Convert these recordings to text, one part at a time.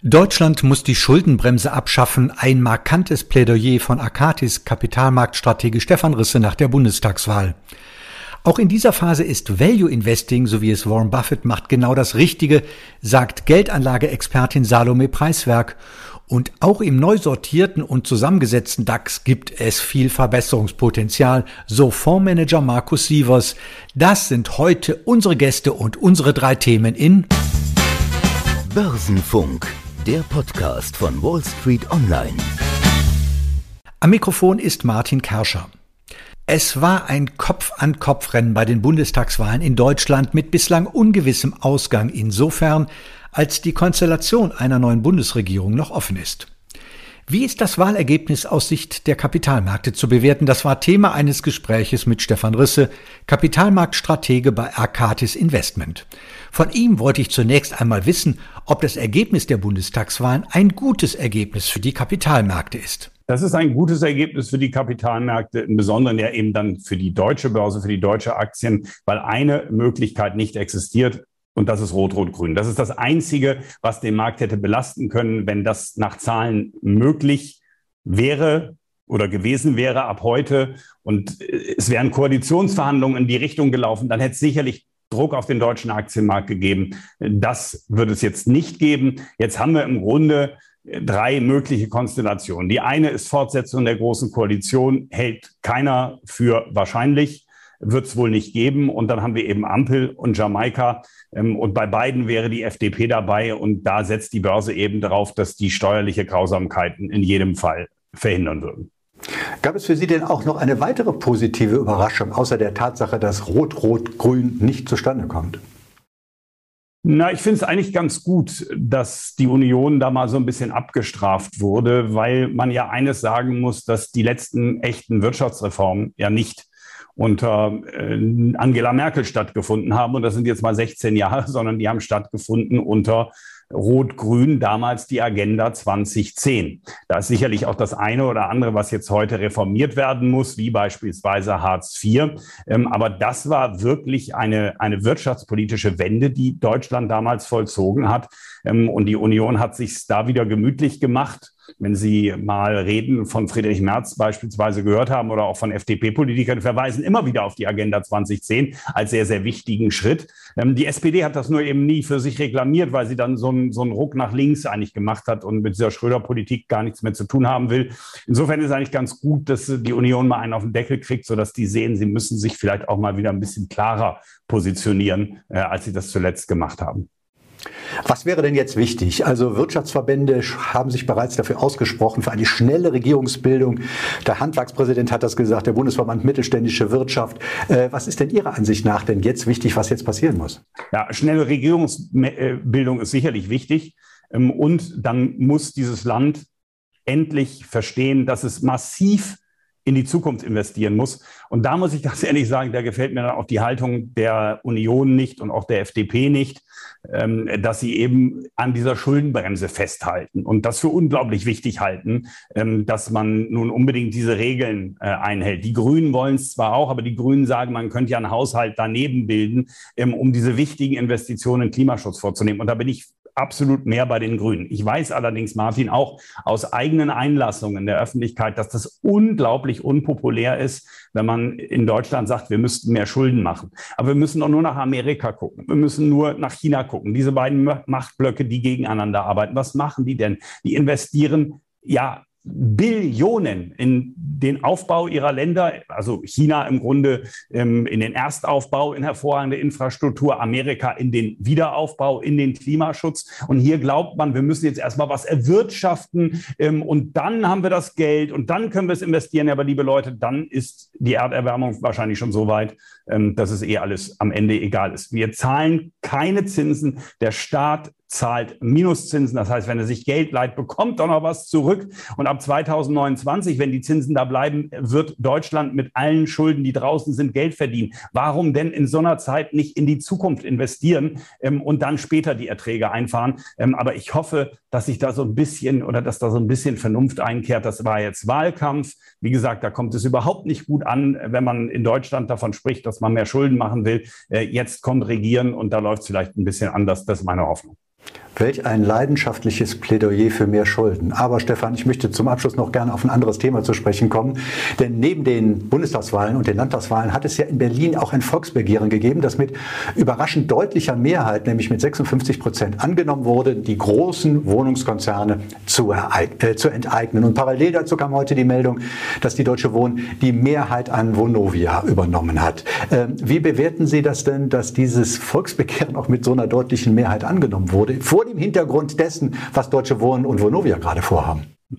Deutschland muss die Schuldenbremse abschaffen, ein markantes Plädoyer von Arcatis Kapitalmarktstratege Stefan Risse nach der Bundestagswahl. Auch in dieser Phase ist Value Investing, so wie es Warren Buffett macht, genau das Richtige, sagt Geldanlageexpertin Salome Preiswerk. Und auch im neu sortierten und zusammengesetzten DAX gibt es viel Verbesserungspotenzial, so Fondsmanager Markus Sievers. Das sind heute unsere Gäste und unsere 3 Themen in Börsenfunk, der Podcast von Wall Street Online. Am Mikrofon ist Martin Kerscher. Es war ein Kopf-an-Kopf-Rennen bei den Bundestagswahlen in Deutschland mit bislang ungewissem Ausgang insofern, als die Konstellation einer neuen Bundesregierung noch offen ist. Wie ist das Wahlergebnis aus Sicht der Kapitalmärkte zu bewerten? Das war Thema eines Gespräches mit Stefan Risse, Kapitalmarktstratege bei Arcatis Investment. Von ihm wollte ich zunächst einmal wissen, ob das Ergebnis der Bundestagswahlen ein gutes Ergebnis für die Kapitalmärkte ist. Das ist ein gutes Ergebnis für die Kapitalmärkte, im Besonderen ja eben dann für die deutsche Börse, für die deutsche Aktien, weil eine Möglichkeit nicht existiert. Und das ist Rot-Rot-Grün. Das ist das Einzige, was den Markt hätte belasten können, wenn das nach Zahlen möglich wäre oder gewesen wäre ab heute. Und es wären Koalitionsverhandlungen in die Richtung gelaufen, dann hätte es sicherlich Druck auf den deutschen Aktienmarkt gegeben. Das wird es jetzt nicht geben. Jetzt haben wir im Grunde 3 mögliche Konstellationen. Die eine ist Fortsetzung der Großen Koalition, hält keiner für wahrscheinlich. Wird es wohl nicht geben. Und dann haben wir eben Ampel und Jamaika. Und bei beiden wäre die FDP dabei. Und da setzt die Börse eben darauf, dass die steuerliche Grausamkeiten in jedem Fall verhindern würden. Gab es für Sie denn auch noch eine weitere positive Überraschung, außer der Tatsache, dass Rot-Rot-Grün nicht zustande kommt? Na, ich finde es eigentlich ganz gut, dass die Union da mal so ein bisschen abgestraft wurde, weil man ja eines sagen muss, dass die letzten echten Wirtschaftsreformen ja nicht unter Angela Merkel stattgefunden haben. Und das sind jetzt mal 16 Jahre, sondern die haben stattgefunden unter Rot-Grün, damals die Agenda 2010. Da ist sicherlich auch das eine oder andere, was jetzt heute reformiert werden muss, wie beispielsweise Hartz IV. Aber das war wirklich eine wirtschaftspolitische Wende, die Deutschland damals vollzogen hat. Und die Union hat sich da wieder gemütlich gemacht. Wenn Sie mal Reden von Friedrich Merz beispielsweise gehört haben oder auch von FDP-Politikern, verweisen immer wieder auf die Agenda 2010 als sehr, sehr wichtigen Schritt. Die SPD hat das nur eben nie für sich reklamiert, weil sie dann so einen Ruck nach links eigentlich gemacht hat und mit dieser Schröder-Politik gar nichts mehr zu tun haben will. Insofern ist es eigentlich ganz gut, dass die Union mal einen auf den Deckel kriegt, sodass die sehen, sie müssen sich vielleicht auch mal wieder ein bisschen klarer positionieren, als sie das zuletzt gemacht haben. Was wäre denn jetzt wichtig? Also Wirtschaftsverbände haben sich bereits dafür ausgesprochen, für eine schnelle Regierungsbildung. Der Handwerkspräsident hat das gesagt, der Bundesverband Mittelständische Wirtschaft. Was ist denn Ihrer Ansicht nach denn jetzt wichtig, was jetzt passieren muss? Ja, schnelle Regierungsbildung ist sicherlich wichtig. Und dann muss dieses Land endlich verstehen, dass es massiv in die Zukunft investieren muss. Und da muss ich ganz ehrlich sagen, da gefällt mir dann auch die Haltung der Union nicht und auch der FDP nicht, dass sie eben an dieser Schuldenbremse festhalten und das für unglaublich wichtig halten, dass man nun unbedingt diese Regeln einhält. Die Grünen wollen es zwar auch, aber die Grünen sagen, man könnte ja einen Haushalt daneben bilden, um diese wichtigen Investitionen in Klimaschutz vorzunehmen. Und da bin ich absolut mehr bei den Grünen. Ich weiß allerdings, Martin, auch aus eigenen Einlassungen in der Öffentlichkeit, dass das unglaublich unpopulär ist, wenn man in Deutschland sagt, wir müssten mehr Schulden machen. Aber wir müssen doch nur nach Amerika gucken. Wir müssen nur nach China gucken. Diese beiden Machtblöcke, die gegeneinander arbeiten. Was machen die denn? Die investieren ja Billionen in den Aufbau ihrer Länder, also China im Grunde in den Erstaufbau, in hervorragende Infrastruktur, Amerika in den Wiederaufbau, in den Klimaschutz. Und hier glaubt man, wir müssen jetzt erstmal was erwirtschaften und dann haben wir das Geld und dann können wir es investieren. Aber liebe Leute, dann ist die Erderwärmung wahrscheinlich schon so weit, dass es alles am Ende egal ist. Wir zahlen keine Zinsen. Der Staat zahlt Minuszinsen. Das heißt, wenn er sich Geld leiht, bekommt er noch was zurück. Und ab 2029, wenn die Zinsen da bleiben, wird Deutschland mit allen Schulden, die draußen sind, Geld verdienen. Warum denn in so einer Zeit nicht in die Zukunft investieren und dann später die Erträge einfahren? Aber ich hoffe, dass sich da so ein bisschen oder dass da so ein bisschen Vernunft einkehrt. Das war jetzt Wahlkampf. Wie gesagt, da kommt es überhaupt nicht gut an, wenn man in Deutschland davon spricht, dass man mehr Schulden machen will. Jetzt kommt Regieren und da läuft es vielleicht ein bisschen anders. Das ist meine Hoffnung. Welch ein leidenschaftliches Plädoyer für mehr Schulden. Aber Stefan, ich möchte zum Abschluss noch gerne auf ein anderes Thema zu sprechen kommen. Denn neben den Bundestagswahlen und den Landtagswahlen hat es ja in Berlin auch ein Volksbegehren gegeben, das mit überraschend deutlicher Mehrheit, nämlich mit 56% angenommen wurde, die großen Wohnungskonzerne zu enteignen. Und parallel dazu kam heute die Meldung, dass die Deutsche Wohnen die Mehrheit an Vonovia übernommen hat. Wie bewerten Sie das denn, dass dieses Volksbegehren auch mit so einer deutlichen Mehrheit angenommen wurde, vor dem Hintergrund dessen, was Deutsche Wohnen und Vonovia gerade vorhaben?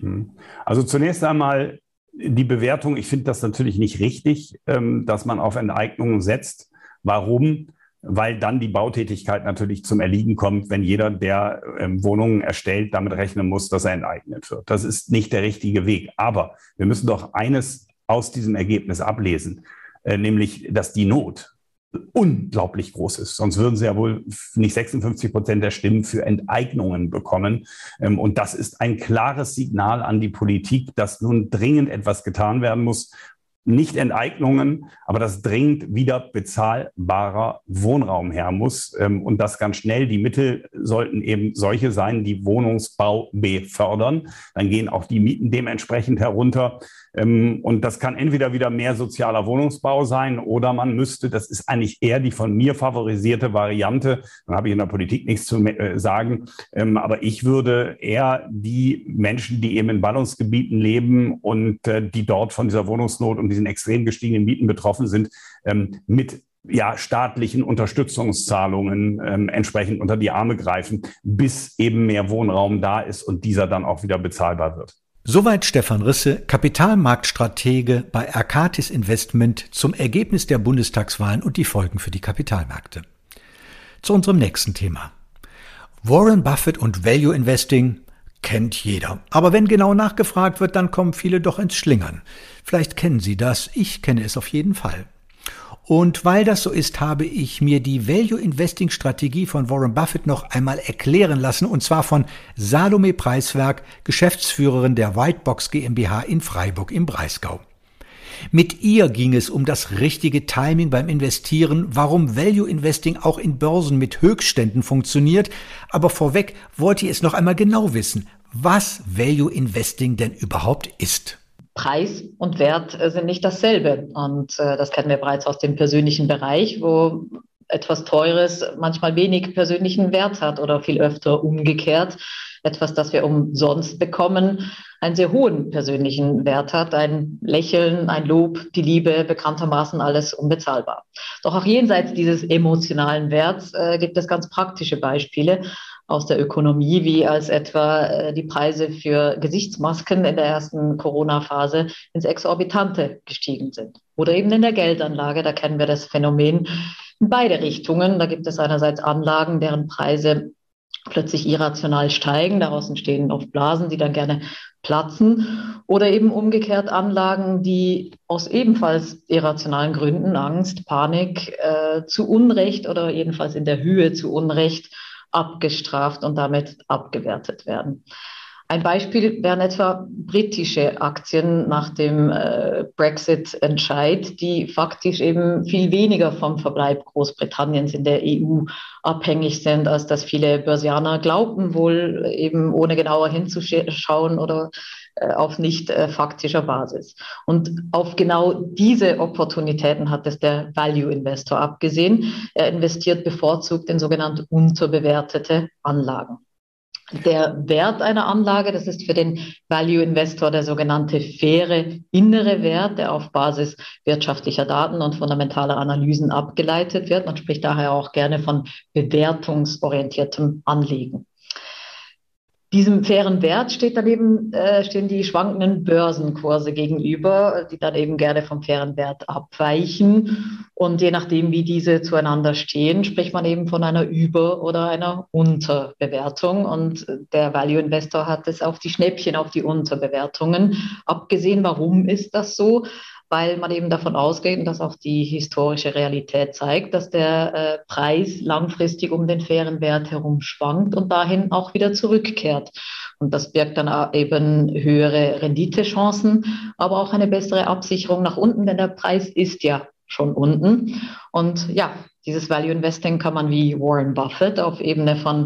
Also zunächst einmal die Bewertung. Ich finde das natürlich nicht richtig, dass man auf Enteignungen setzt. Warum? Weil dann die Bautätigkeit natürlich zum Erliegen kommt, wenn jeder, der Wohnungen erstellt, damit rechnen muss, dass er enteignet wird. Das ist nicht der richtige Weg. Aber wir müssen doch eines aus diesem Ergebnis ablesen, nämlich, dass die Not unglaublich groß ist. Sonst würden sie ja wohl nicht 56% der Stimmen für Enteignungen bekommen. Und das ist ein klares Signal an die Politik, dass nun dringend etwas getan werden muss. Nicht Enteignungen, aber dass dringend wieder bezahlbarer Wohnraum her muss. Und das ganz schnell. Die Mittel sollten eben solche sein, die Wohnungsbau befördern. Dann gehen auch die Mieten dementsprechend herunter. Und das kann entweder wieder mehr sozialer Wohnungsbau sein oder man müsste, das ist eigentlich eher die von mir favorisierte Variante, dann habe ich in der Politik nichts zu sagen, aber ich würde eher die Menschen, die eben in Ballungsgebieten leben und die dort von dieser Wohnungsnot und diesen extrem gestiegenen Mieten betroffen sind, mit staatlichen Unterstützungszahlungen entsprechend unter die Arme greifen, bis eben mehr Wohnraum da ist und dieser dann auch wieder bezahlbar wird. Soweit Stefan Risse, Kapitalmarktstratege bei Arcatis Investment zum Ergebnis der Bundestagswahlen und die Folgen für die Kapitalmärkte. Zu unserem nächsten Thema. Warren Buffett und Value Investing kennt jeder. Aber wenn genau nachgefragt wird, dann kommen viele doch ins Schlingern. Vielleicht kennen Sie das, ich kenne es auf jeden Fall. Und weil das so ist, habe ich mir die Value-Investing-Strategie von Warren Buffett noch einmal erklären lassen, und zwar von Salome Preiswerk, Geschäftsführerin der Whitebox GmbH in Freiburg im Breisgau. Mit ihr ging es um das richtige Timing beim Investieren, warum Value Investing auch in Börsen mit Höchstständen funktioniert, aber vorweg wollte ich es noch einmal genau wissen, was Value Investing denn überhaupt ist. Preis und Wert sind nicht dasselbe. Und das kennen wir bereits aus dem persönlichen Bereich, wo etwas Teures manchmal wenig persönlichen Wert hat oder viel öfter umgekehrt. Etwas, das wir umsonst bekommen, einen sehr hohen persönlichen Wert hat. Ein Lächeln, ein Lob, die Liebe, bekanntermaßen alles unbezahlbar. Doch auch jenseits dieses emotionalen Werts gibt es ganz praktische Beispiele aus der Ökonomie, wie als etwa die Preise für Gesichtsmasken in der ersten Corona-Phase ins Exorbitante gestiegen sind. Oder eben in der Geldanlage, da kennen wir das Phänomen in beide Richtungen. Da gibt es einerseits Anlagen, deren Preise plötzlich irrational steigen. Daraus entstehen oft Blasen, die dann gerne platzen. Oder eben umgekehrt Anlagen, die aus ebenfalls irrationalen Gründen, Angst, Panik, zu Unrecht oder jedenfalls in der Höhe zu Unrecht abgestraft und damit abgewertet werden. Ein Beispiel wären etwa britische Aktien nach dem Brexit-Entscheid, die faktisch eben viel weniger vom Verbleib Großbritanniens in der EU abhängig sind, als das viele Börsianer glaubten, wohl eben ohne genauer hinzuschauen oder auf nicht faktischer Basis. Und auf genau diese Opportunitäten hat es der Value-Investor abgesehen. Er investiert bevorzugt in sogenannte unterbewertete Anlagen. Der Wert einer Anlage, das ist für den Value-Investor der sogenannte faire innere Wert, der auf Basis wirtschaftlicher Daten und fundamentaler Analysen abgeleitet wird. Man spricht daher auch gerne von bewertungsorientiertem Anlegen. Diesem fairen Wert stehen die schwankenden Börsenkurse gegenüber, die dann eben gerne vom fairen Wert abweichen. Und je nachdem, wie diese zueinander stehen, spricht man eben von einer Über- oder einer Unterbewertung. Und der Value Investor hat es auf die Schnäppchen, auf die Unterbewertungen abgesehen. Warum ist das so? Weil man eben davon ausgeht, und das auch die historische Realität zeigt, dass der Preis langfristig um den fairen Wert herum schwankt und dahin auch wieder zurückkehrt. Und das birgt dann eben höhere Renditechancen, aber auch eine bessere Absicherung nach unten, denn der Preis ist ja schon unten. Und ja, dieses Value Investing kann man wie Warren Buffett auf Ebene von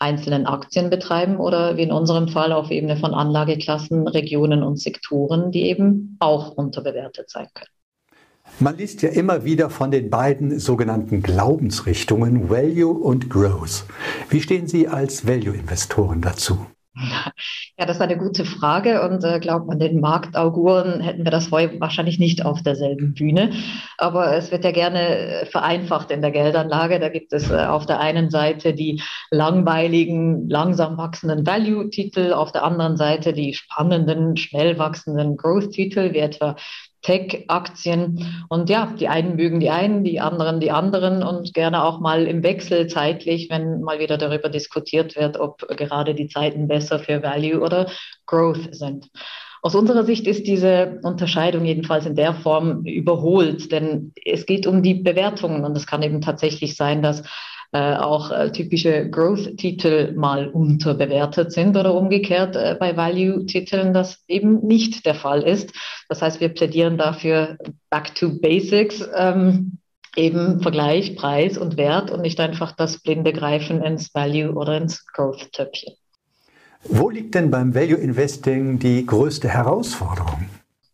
einzelnen Aktien betreiben oder wie in unserem Fall auf Ebene von Anlageklassen, Regionen und Sektoren, die eben auch unterbewertet sein können. Man liest ja immer wieder von den beiden sogenannten Glaubensrichtungen Value und Growth. Wie stehen Sie als Value-Investoren dazu? Ja, das ist eine gute Frage und glaubt man den Marktauguren, hätten wir das heute wahrscheinlich nicht auf derselben Bühne. Aber es wird ja gerne vereinfacht in der Geldanlage. Da gibt es auf der einen Seite die langweiligen, langsam wachsenden Value-Titel, auf der anderen Seite die spannenden, schnell wachsenden Growth-Titel, wie etwa Tech-Aktien. Und ja, die einen mögen die einen, die anderen und gerne auch mal im Wechsel zeitlich, wenn mal wieder darüber diskutiert wird, ob gerade die Zeiten besser für Value oder Growth sind. Aus unserer Sicht ist diese Unterscheidung jedenfalls in der Form überholt, denn es geht um die Bewertungen und es kann eben tatsächlich sein, dass auch typische Growth-Titel mal unterbewertet sind oder umgekehrt bei Value-Titeln das eben nicht der Fall ist. Das heißt, wir plädieren dafür back to basics, eben Vergleich, Preis und Wert und nicht einfach das blinde Greifen ins Value oder ins Growth-Töpfchen. Wo liegt denn beim Value Investing die größte Herausforderung?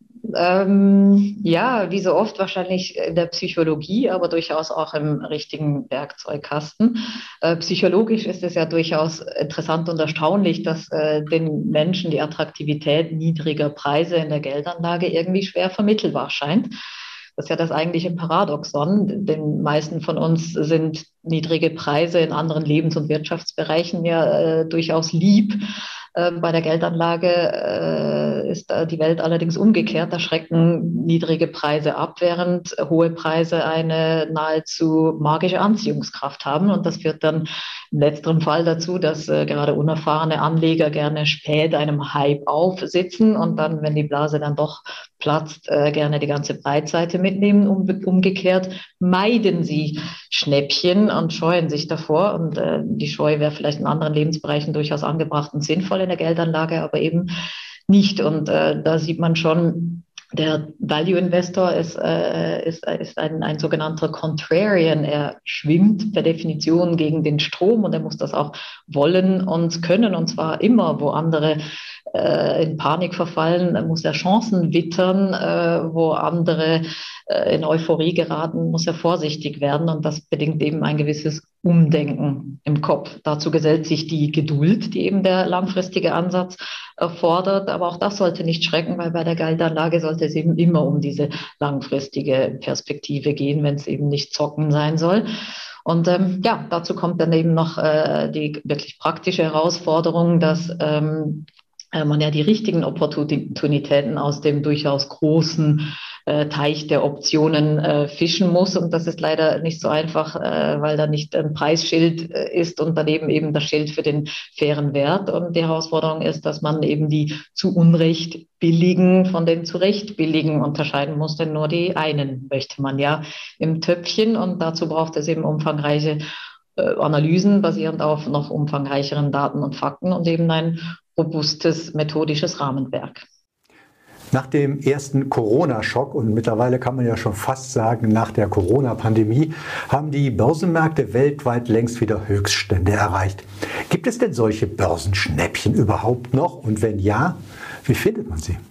Ja, wie so oft wahrscheinlich in der Psychologie, aber durchaus auch im richtigen Werkzeugkasten. Psychologisch ist es ja durchaus interessant und erstaunlich, dass den Menschen die Attraktivität niedriger Preise in der Geldanlage irgendwie schwer vermittelbar scheint. Das ist ja das eigentliche Paradoxon. Den meisten von uns sind niedrige Preise in anderen Lebens- und Wirtschaftsbereichen ja durchaus lieb. Bei der Geldanlage ist die Welt allerdings umgekehrt. Da schrecken niedrige Preise ab, während hohe Preise eine nahezu magische Anziehungskraft haben. Und das führt dann im letzteren Fall dazu, dass gerade unerfahrene Anleger gerne spät einem Hype aufsitzen und dann, wenn die Blase dann doch platzt, gerne die ganze Breitseite mitnehmen. Umgekehrt meiden sie Schnäppchen und scheuen sich davor. Und die Scheu wäre vielleicht in anderen Lebensbereichen durchaus angebracht und sinnvoll in der Geldanlage, aber eben nicht. Und da sieht man schon, der Value Investor ist ein sogenannter Contrarian. Er schwimmt per Definition gegen den Strom und er muss das auch wollen und können. Und zwar immer, wo andere in Panik verfallen, muss er Chancen wittern, wo andere in Euphorie geraten, muss er vorsichtig werden. Und das bedingt eben ein gewisses Umdenken im Kopf. Dazu gesellt sich die Geduld, die eben der langfristige Ansatz erfordert. Aber auch das sollte nicht schrecken, weil bei der Geldanlage sollte es eben immer um diese langfristige Perspektive gehen, wenn es eben nicht zocken sein soll. Und ja, dazu kommt dann eben noch die wirklich praktische Herausforderung, dass man ja die richtigen Opportunitäten aus dem durchaus großen Teich der Optionen fischen muss. Und das ist leider nicht so einfach, weil da nicht ein Preisschild ist und daneben eben das Schild für den fairen Wert. Und die Herausforderung ist, dass man eben die zu Unrecht billigen von den zu Recht billigen unterscheiden muss, denn nur die einen möchte man ja im Töpfchen. Und dazu braucht es eben umfangreiche Analysen basierend auf noch umfangreicheren Daten und Fakten und eben ein robustes methodisches Rahmenwerk. Nach dem ersten Corona-Schock und mittlerweile kann man ja schon fast sagen, nach der Corona-Pandemie haben die Börsenmärkte weltweit längst wieder Höchststände erreicht. Gibt es denn solche Börsenschnäppchen überhaupt noch? Und wenn ja, wie findet man sie?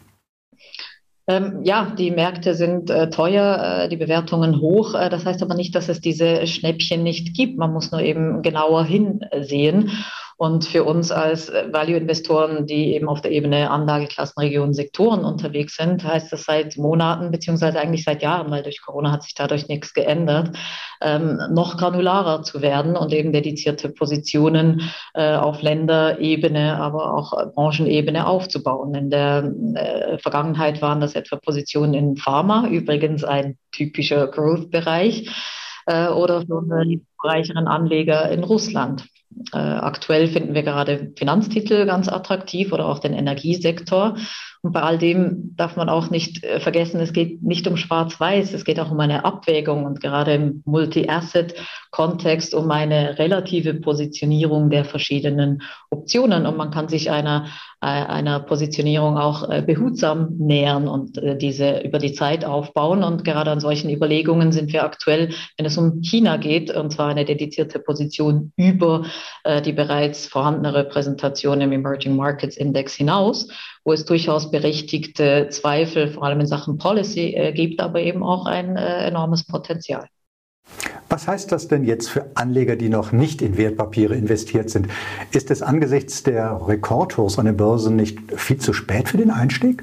Ja, die Märkte sind teuer, die Bewertungen hoch. Das heißt aber nicht, dass es diese Schnäppchen nicht gibt. Man muss nur eben genauer hinsehen. Und für uns als Value-Investoren, die eben auf der Ebene Anlageklassen, Regionen, Sektoren unterwegs sind, heißt das seit Monaten, beziehungsweise eigentlich seit Jahren, weil durch Corona hat sich dadurch nichts geändert, noch granularer zu werden und eben dedizierte Positionen auf Länderebene, aber auch Branchenebene aufzubauen. In der Vergangenheit waren das etwa Positionen in Pharma, übrigens ein typischer Growth-Bereich, oder für unsere reicheren Anleger in Russland. Aktuell finden wir gerade Finanztitel ganz attraktiv oder auch den Energiesektor. Und bei all dem darf man auch nicht vergessen, es geht nicht um Schwarz-Weiß, es geht auch um eine Abwägung und gerade im Multi-Asset-Kontext um eine relative Positionierung der verschiedenen Optionen. Und man kann sich einer Positionierung auch behutsam nähern und diese über die Zeit aufbauen. Und gerade an solchen Überlegungen sind wir aktuell, wenn es um China geht, und zwar eine dedizierte Position über die bereits vorhandene Repräsentation im Emerging Markets Index hinaus, wo es durchaus berechtigte Zweifel, vor allem in Sachen Policy, gibt, aber eben auch ein enormes Potenzial. Was heißt das denn jetzt für Anleger, die noch nicht in Wertpapiere investiert sind? Ist es angesichts der Rekordhochs an den Börsen nicht viel zu spät für den Einstieg?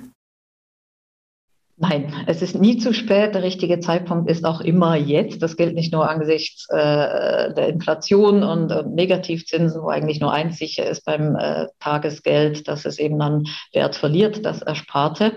Nein, es ist nie zu spät. Der richtige Zeitpunkt ist auch immer jetzt. Das gilt nicht nur angesichts der Inflation und Negativzinsen, wo eigentlich nur eins sicher ist beim Tagesgeld, dass es eben an Wert verliert, das Ersparte.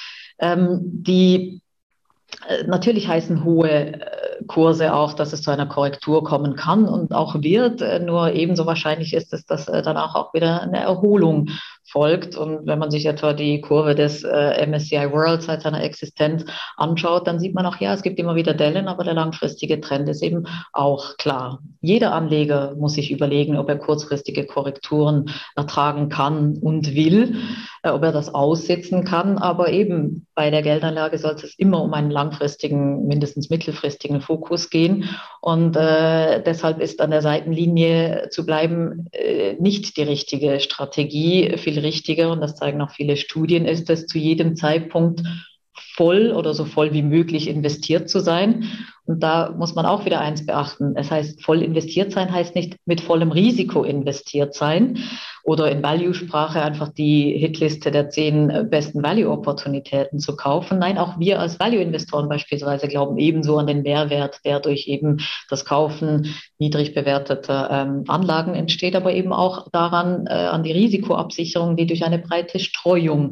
Natürlich heißen hohe Kurse auch, dass es zu einer Korrektur kommen kann und auch wird. Nur ebenso wahrscheinlich ist es, dass danach auch wieder eine Erholung folgt. Und wenn man sich etwa die Kurve des MSCI World seit seiner Existenz anschaut, dann sieht man auch, ja, es gibt immer wieder Dellen, aber der langfristige Trend ist eben auch klar. Jeder Anleger muss sich überlegen, ob er kurzfristige Korrekturen ertragen kann und will, ob er das aussitzen kann. Aber eben bei der Geldanlage soll es immer um einen langfristigen, mindestens mittelfristigen Fokus gehen. Und deshalb ist an der Seitenlinie zu bleiben nicht die richtige Strategie. Viel richtiger, und das zeigen auch viele Studien, ist es, zu jedem Zeitpunkt voll oder so voll wie möglich investiert zu sein. Und da muss man auch wieder eins beachten. Es heißt, voll investiert sein heißt nicht mit vollem Risiko investiert sein oder in Value-Sprache einfach die Hitliste der 10 besten Value-Opportunitäten zu kaufen. Nein, auch wir als Value-Investoren beispielsweise glauben ebenso an den Mehrwert, der durch eben das Kaufen niedrig bewerteter Anlagen entsteht, aber eben auch daran, an die Risikoabsicherung, die durch eine breite Streuung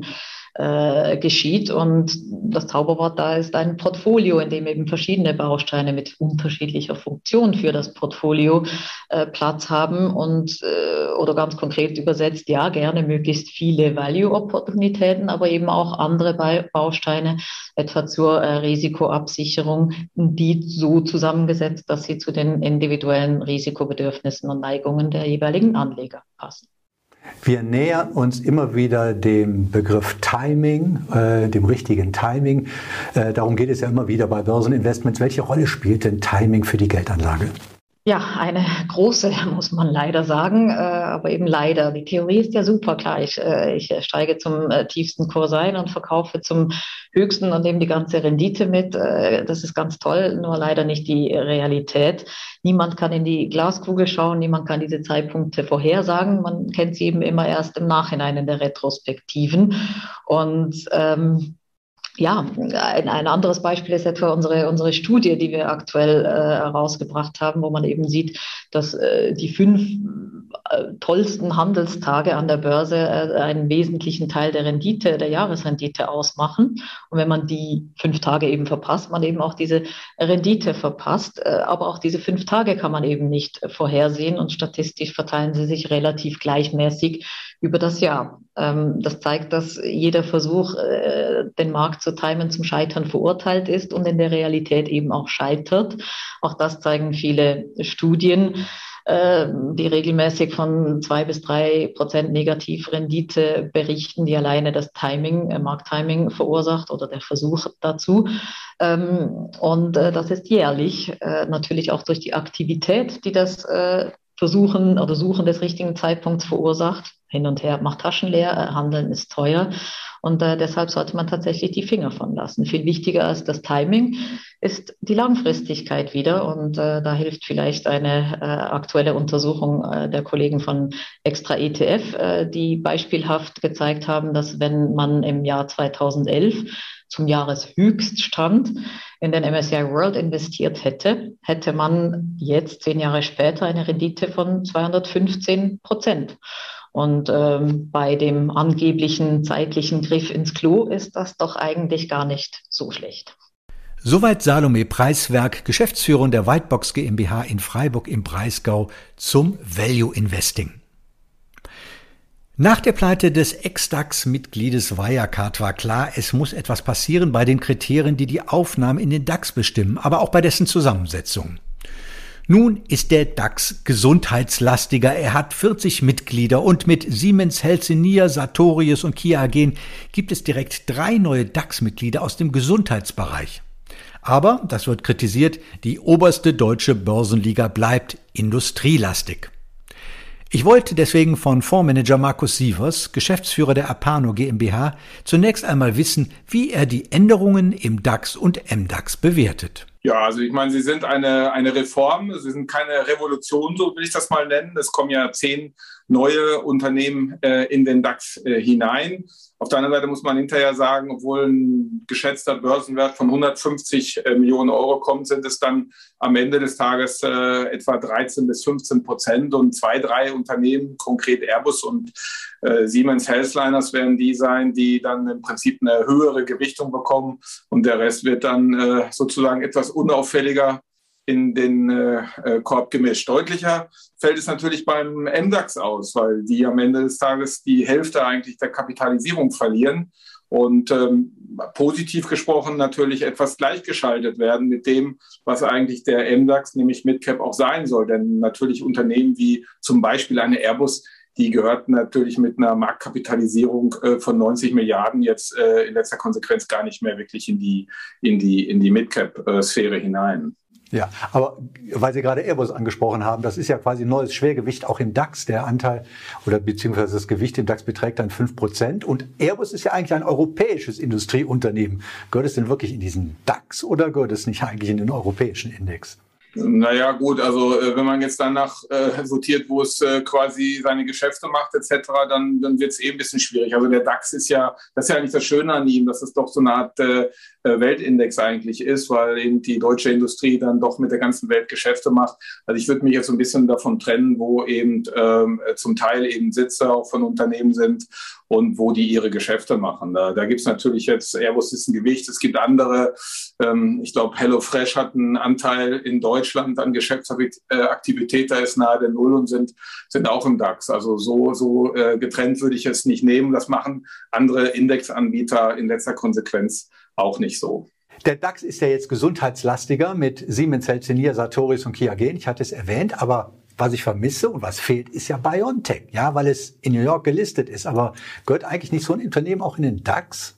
geschieht. Und das Zauberwort da ist ein Portfolio, in dem eben verschiedene Bausteine mit unterschiedlicher Funktion für das Portfolio Platz haben und oder ganz konkret übersetzt, ja, gerne möglichst viele Value-Opportunitäten, aber eben auch andere Bausteine, etwa zur Risikoabsicherung, die so zusammengesetzt, dass sie zu den individuellen Risikobedürfnissen und Neigungen der jeweiligen Anleger passen. Wir nähern uns immer wieder dem Begriff Timing, dem richtigen Timing. Darum geht es ja immer wieder bei Börseninvestments. Welche Rolle spielt denn Timing für die Geldanlage? Ja, eine große, muss man leider sagen, aber eben leider. Die Theorie ist ja super klar. Ich steige zum tiefsten Kurs ein und verkaufe zum höchsten und nehme die ganze Rendite mit. Das ist ganz toll, nur leider nicht die Realität. Niemand kann in die Glaskugel schauen, niemand kann diese Zeitpunkte vorhersagen. Man kennt sie eben immer erst im Nachhinein in der Retrospektiven. Und ja, ein anderes Beispiel ist etwa unsere Studie, die wir aktuell herausgebracht haben, wo man eben sieht, dass die 5 tollsten Handelstage an der Börse einen wesentlichen Teil der Rendite, der Jahresrendite ausmachen. Und wenn man die 5 Tage eben verpasst, man eben auch diese Rendite verpasst. Aber auch diese 5 Tage kann man eben nicht vorhersehen und statistisch verteilen sie sich relativ gleichmäßig über das Jahr. Das zeigt, dass jeder Versuch, den Markt zu timen, zum Scheitern verurteilt ist und in der Realität eben auch scheitert. Auch das zeigen viele Studien, die regelmäßig von 2-3% Negativrendite berichten, die alleine das Timing, Markttiming verursacht oder der Versuch dazu. Und das ist jährlich, natürlich auch durch die Aktivität, die das Versuchen oder Suchen des richtigen Zeitpunkts verursacht. Hin und her macht Taschen leer, Handeln ist teuer und deshalb sollte man tatsächlich die Finger von lassen. Viel wichtiger als das Timing ist die Langfristigkeit wieder und da hilft vielleicht eine aktuelle Untersuchung der Kollegen von Extra ETF, die beispielhaft gezeigt haben, dass wenn man im Jahr 2011 zum Jahreshöchststand in den MSCI World investiert hätte, hätte man jetzt 10 Jahre später eine Rendite von 215%. Und bei dem angeblichen zeitlichen Griff ins Klo ist das doch eigentlich gar nicht so schlecht. Soweit Salome Preiswerk, Geschäftsführerin der Whitebox GmbH in Freiburg im Breisgau zum Value Investing. Nach der Pleite des Ex-DAX-Mitgliedes Wirecard war klar, es muss etwas passieren bei den Kriterien, die die Aufnahme in den DAX bestimmen, aber auch bei dessen Zusammensetzung. Nun ist der DAX gesundheitslastiger. Er hat 40 Mitglieder und mit Siemens Healthineers, Sartorius und Kia AG gibt es direkt 3 neue DAX-Mitglieder aus dem Gesundheitsbereich. Aber, das wird kritisiert, die oberste deutsche Börsenliga bleibt industrielastig. Ich wollte deswegen von Fondsmanager Markus Sievers, Geschäftsführer der Apano GmbH, zunächst einmal wissen, wie er die Änderungen im DAX und MDAX bewertet. Ja, also ich meine, sie sind eine Reform, sie sind keine Revolution, so will ich das mal nennen. Es kommen ja 10 neue Unternehmen in den DAX hinein. Auf der anderen Seite muss man hinterher sagen, obwohl ein geschätzter Börsenwert von 150 Millionen Euro kommt, sind es dann am Ende des Tages etwa 13-15% und 2, 3 Unternehmen, konkret Airbus und Siemens Healthineers werden die sein, die dann im Prinzip eine höhere Gewichtung bekommen und der Rest wird dann sozusagen etwas unauffälliger in den Korb gemischt. Deutlicher fällt es natürlich beim MDAX aus, weil die am Ende des Tages die Hälfte eigentlich der Kapitalisierung verlieren und positiv gesprochen natürlich etwas gleichgeschaltet werden mit dem, was eigentlich der MDAX, nämlich Midcap, auch sein soll. Denn natürlich Unternehmen wie zum Beispiel eine Airbus, die gehört natürlich mit einer Marktkapitalisierung von 90 Milliarden jetzt in letzter Konsequenz gar nicht mehr wirklich in die Midcap-Sphäre hinein. Ja, aber weil Sie gerade Airbus angesprochen haben, das ist ja quasi ein neues Schwergewicht auch im DAX. Der Anteil oder beziehungsweise das Gewicht im DAX beträgt dann 5%. Und Airbus ist ja eigentlich ein europäisches Industrieunternehmen. Gehört es denn wirklich in diesen DAX oder gehört es nicht eigentlich in den europäischen Index? Naja gut, also wenn man jetzt danach sortiert, wo es quasi seine Geschäfte macht etc., dann wird es ein bisschen schwierig. Also der DAX ist ja, das ist ja eigentlich das Schöne an ihm, dass es doch so eine Art Weltindex eigentlich ist, weil eben die deutsche Industrie dann doch mit der ganzen Welt Geschäfte macht. Also ich würde mich jetzt so ein bisschen davon trennen, wo eben zum Teil eben Sitze auch von Unternehmen sind und wo die ihre Geschäfte machen. Da gibt es natürlich jetzt, Airbus ist ein Gewicht, es gibt andere, ich glaube HelloFresh hat einen Anteil in Deutschland an Geschäftsaktivität, da ist nahe der Null und sind auch im DAX. Also so getrennt würde ich es nicht nehmen. Das machen andere Indexanbieter in letzter Konsequenz auch nicht so. Der DAX ist ja jetzt gesundheitslastiger mit Siemens Healthineers, Sartorius und Kia AG. Ich hatte es erwähnt, aber was ich vermisse und was fehlt, ist ja BioNTech, ja, weil es in New York gelistet ist. Aber gehört eigentlich nicht so ein Unternehmen auch in den DAX?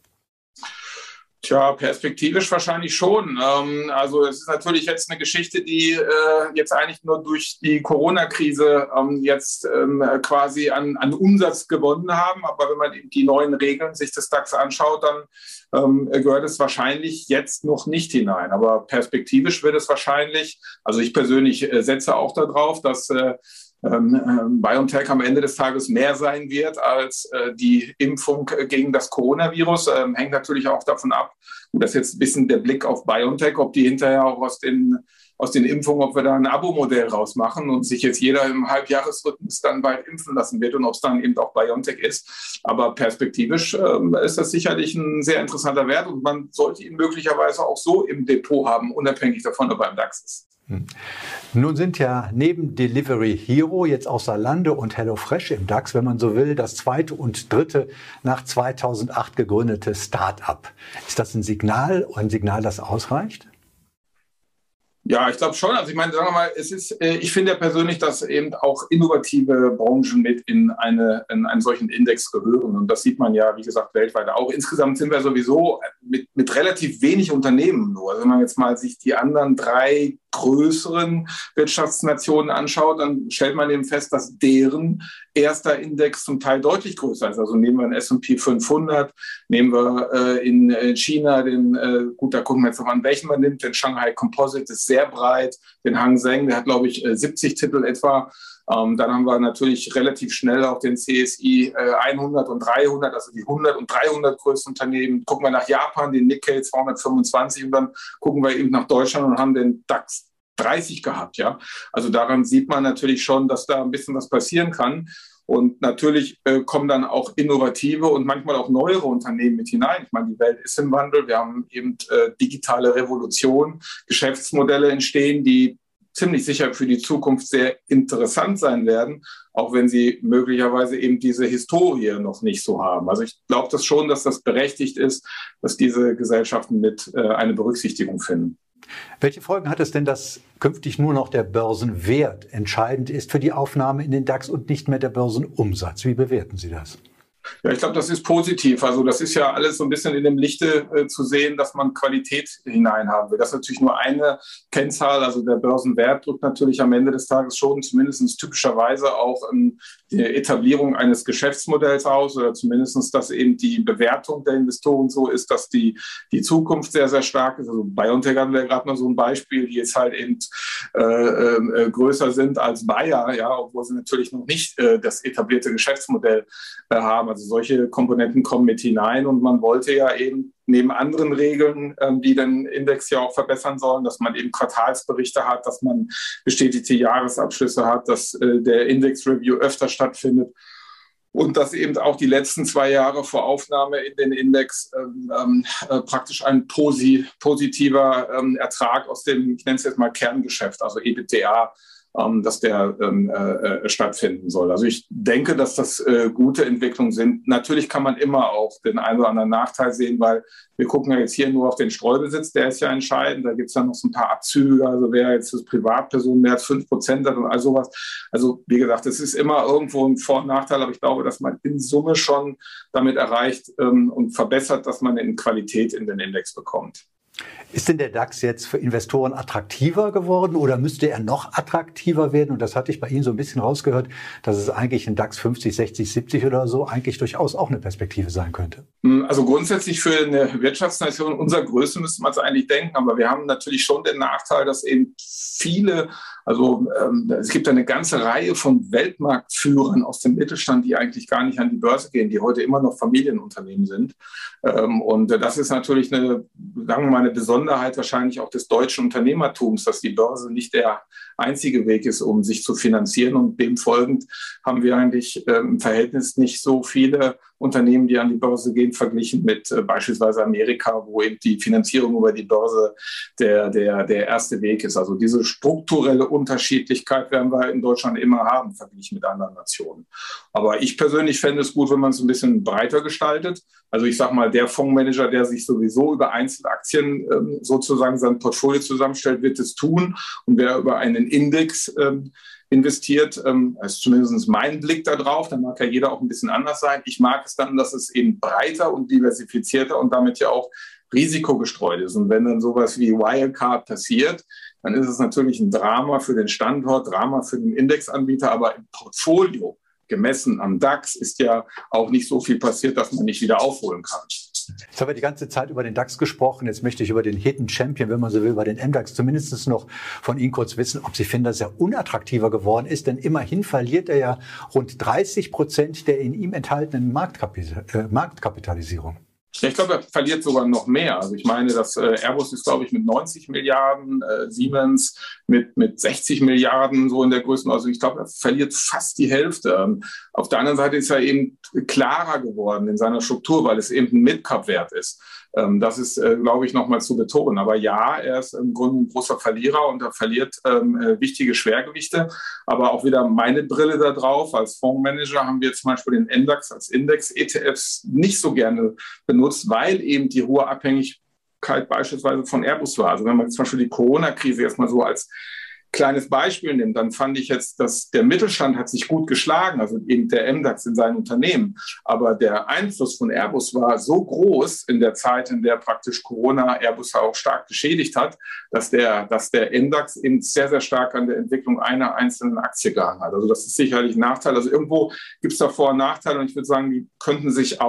Tja, perspektivisch wahrscheinlich schon. Also es ist natürlich jetzt eine Geschichte, die jetzt eigentlich nur durch die Corona-Krise jetzt quasi an Umsatz gewonnen haben. Aber wenn man eben die neuen Regeln sich des DAX anschaut, dann gehört es wahrscheinlich jetzt noch nicht hinein. Aber perspektivisch wird es wahrscheinlich, also ich persönlich setze auch darauf, dass BioNTech am Ende des Tages mehr sein wird als die Impfung gegen das Coronavirus. Hängt natürlich auch davon ab, und das ist jetzt ein bisschen der Blick auf BioNTech, ob die hinterher auch aus den Impfungen, ob wir da ein Abo-Modell rausmachen und sich jetzt jeder im Halbjahresrhythmus dann bald impfen lassen wird und ob es dann eben auch BioNTech ist. Aber perspektivisch ist das sicherlich ein sehr interessanter Wert und man sollte ihn möglicherweise auch so im Depot haben, unabhängig davon, ob er im DAX ist. Nun sind ja neben Delivery Hero jetzt auch Zalando und HelloFresh im DAX, wenn man so will, das zweite und dritte nach 2008 gegründete Start-up. Ist das ein Signal, das ausreicht? Ja, ich glaube schon. Also ich meine, sagen wir mal, ich finde ja persönlich, dass eben auch innovative Branchen mit in einen solchen Index gehören. Und das sieht man ja, wie gesagt, weltweit auch. Insgesamt sind wir sowieso mit relativ wenig Unternehmen nur. Also wenn man jetzt mal sich die anderen 3 größeren Wirtschaftsnationen anschaut, dann stellt man eben fest, dass deren erster Index zum Teil deutlich größer ist. Also nehmen wir den S&P 500, nehmen wir in China da gucken wir jetzt noch an, welchen man nimmt. Den Shanghai Composite ist sehr breit, den Hang Seng, der hat, glaube ich, 70 Titel etwa. Dann haben wir natürlich relativ schnell auch den CSI 100 und 300, also die 100 und 300 größten Unternehmen. Gucken wir nach Japan, den Nikkei 225 und dann gucken wir eben nach Deutschland und haben den DAX 30 gehabt. Ja? Also daran sieht man natürlich schon, dass da ein bisschen was passieren kann. Und natürlich kommen dann auch innovative und manchmal auch neuere Unternehmen mit hinein. Ich meine, die Welt ist im Wandel. Wir haben eben digitale Revolution, Geschäftsmodelle entstehen, die ziemlich sicher für die Zukunft sehr interessant sein werden, auch wenn sie möglicherweise eben diese Historie noch nicht so haben. Also ich glaube das schon, dass das berechtigt ist, dass diese Gesellschaften mit eine Berücksichtigung finden. Welche Folgen hat es denn, dass künftig nur noch der Börsenwert entscheidend ist für die Aufnahme in den DAX und nicht mehr der Börsenumsatz? Wie bewerten Sie das? Ja, ich glaube, das ist positiv. Also das ist ja alles so ein bisschen in dem Lichte zu sehen, dass man Qualität hineinhaben will. Das ist natürlich nur eine Kennzahl. Also der Börsenwert drückt natürlich am Ende des Tages schon zumindest typischerweise auch die Etablierung eines Geschäftsmodells aus oder zumindest, dass eben die Bewertung der Investoren so ist, dass die Zukunft sehr, sehr stark ist. Also BioNTech hatten wir gerade noch so ein Beispiel, die jetzt halt eben größer sind als Bayer, ja, obwohl sie natürlich noch nicht das etablierte Geschäftsmodell haben. Also solche Komponenten kommen mit hinein und man wollte ja eben neben anderen Regeln, die den Index ja auch verbessern sollen, dass man eben Quartalsberichte hat, dass man bestätigte Jahresabschlüsse hat, dass der Index-Review öfter stattfindet und dass eben auch die letzten 2 Jahre vor Aufnahme in den Index praktisch ein positiver Ertrag aus dem, ich nenne es jetzt mal Kerngeschäft, also EBITDA, dass der stattfinden soll. Also ich denke, dass das gute Entwicklungen sind. Natürlich kann man immer auch den einen oder anderen Nachteil sehen, weil wir gucken ja jetzt hier nur auf den Streubesitz, der ist ja entscheidend. Da gibt es ja noch so ein paar Abzüge, also wer jetzt als Privatperson mehr als 5% hat und all sowas. Also wie gesagt, es ist immer irgendwo ein Vor- und Nachteil, aber ich glaube, dass man in Summe schon damit erreicht und verbessert, dass man in Qualität in den Index bekommt. Ist denn der DAX jetzt für Investoren attraktiver geworden oder müsste er noch attraktiver werden? Und das hatte ich bei Ihnen so ein bisschen rausgehört, dass es eigentlich ein DAX 50, 60, 70 oder so eigentlich durchaus auch eine Perspektive sein könnte. Also grundsätzlich für eine Wirtschaftsnation unserer Größe müsste man es eigentlich denken. Aber wir haben natürlich schon den Nachteil, dass eben viele, es gibt eine ganze Reihe von Weltmarktführern aus dem Mittelstand, die eigentlich gar nicht an die Börse gehen, die heute immer noch Familienunternehmen sind. Und das ist natürlich sagen wir mal, eine Besonderheit wahrscheinlich auch des deutschen Unternehmertums, dass die Börse nicht der einzige Weg ist, um sich zu finanzieren. Und dem folgend haben wir eigentlich im Verhältnis nicht so viele Unternehmen, die an die Börse gehen, verglichen mit beispielsweise Amerika, wo eben die Finanzierung über die Börse der erste Weg ist. Also diese strukturelle Unterschiedlichkeit werden wir in Deutschland immer haben, verglichen mit anderen Nationen. Aber ich persönlich fände es gut, wenn man es ein bisschen breiter gestaltet. Also ich sage mal, der Fondsmanager, der sich sowieso über Einzelaktien sozusagen sein Portfolio zusammenstellt, wird es tun. Und wer über einen Index investiert, das ist zumindest mein Blick darauf, da mag ja jeder auch ein bisschen anders sein. Ich mag es dann, dass es eben breiter und diversifizierter und damit ja auch risikogestreut ist. Und wenn dann sowas wie Wirecard passiert, dann ist es natürlich ein Drama für den Standort, Drama für den Indexanbieter, aber im Portfolio gemessen am DAX ist ja auch nicht so viel passiert, dass man nicht wieder aufholen kann. Jetzt haben wir die ganze Zeit über den DAX gesprochen. Jetzt möchte ich über den Hidden Champion, wenn man so will, über den MDAX zumindest noch von Ihnen kurz wissen, ob Sie finden, dass er unattraktiver geworden ist. Denn immerhin verliert er ja rund 30% der in ihm enthaltenen Marktkapitalisierung. Ja, ich glaube, er verliert sogar noch mehr. Also ich meine, dass Airbus ist, glaube ich, mit 90 Milliarden, Siemens mit 60 Milliarden so in der Größenordnung. Also ich glaube, er verliert fast die Hälfte. Auf der anderen Seite ist er eben klarer geworden in seiner Struktur, weil es eben ein Mid-Cap-Wert ist. Das ist, glaube ich, nochmal zu betonen. Aber ja, er ist im Grunde ein großer Verlierer und er verliert wichtige Schwergewichte. Aber auch wieder meine Brille da drauf. Als Fondsmanager haben wir zum Beispiel den MDAX als Index-ETFs nicht so gerne benutzt, weil eben die hohe Abhängigkeit beispielsweise von Airbus war. Also wenn man zum Beispiel die Corona-Krise erstmal so als kleines Beispiel nimmt, dann fand ich jetzt, dass der Mittelstand hat sich gut geschlagen, also eben der MDAX in seinen Unternehmen. Aber der Einfluss von Airbus war so groß in der Zeit, in der praktisch Corona Airbus auch stark geschädigt hat, dass der MDAX eben sehr, sehr stark an der Entwicklung einer einzelnen Aktie gehangen hat. Also das ist sicherlich ein Nachteil. Also irgendwo gibt es da Vor- und Nachteile und ich würde sagen, die könnten sich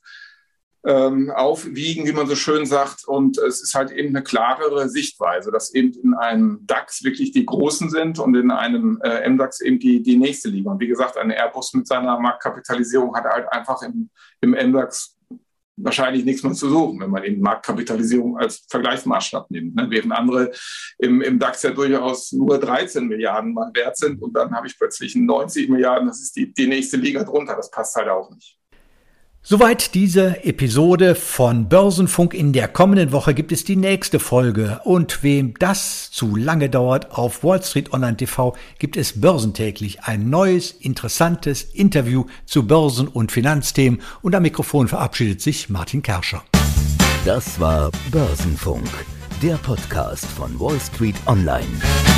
aufwiegen, wie man so schön sagt. Und es ist halt eben eine klarere Sichtweise, dass eben in einem DAX wirklich die Großen sind und in einem MDAX eben die nächste Liga. Und wie gesagt, ein Airbus mit seiner Marktkapitalisierung hat halt einfach im MDAX wahrscheinlich nichts mehr zu suchen, wenn man eben Marktkapitalisierung als Vergleichsmaßstab nimmt. Ne? Während andere im DAX ja durchaus nur 13 Milliarden mal wert sind und dann habe ich plötzlich 90 Milliarden, das ist die nächste Liga drunter. Das passt halt auch nicht. Soweit diese Episode von Börsenfunk. In der kommenden Woche gibt es die nächste Folge. Und wem das zu lange dauert, auf Wall Street Online TV gibt es börsentäglich ein neues, interessantes Interview zu Börsen- und Finanzthemen. Und am Mikrofon verabschiedet sich Martin Kerscher. Das war Börsenfunk, der Podcast von Wall Street Online.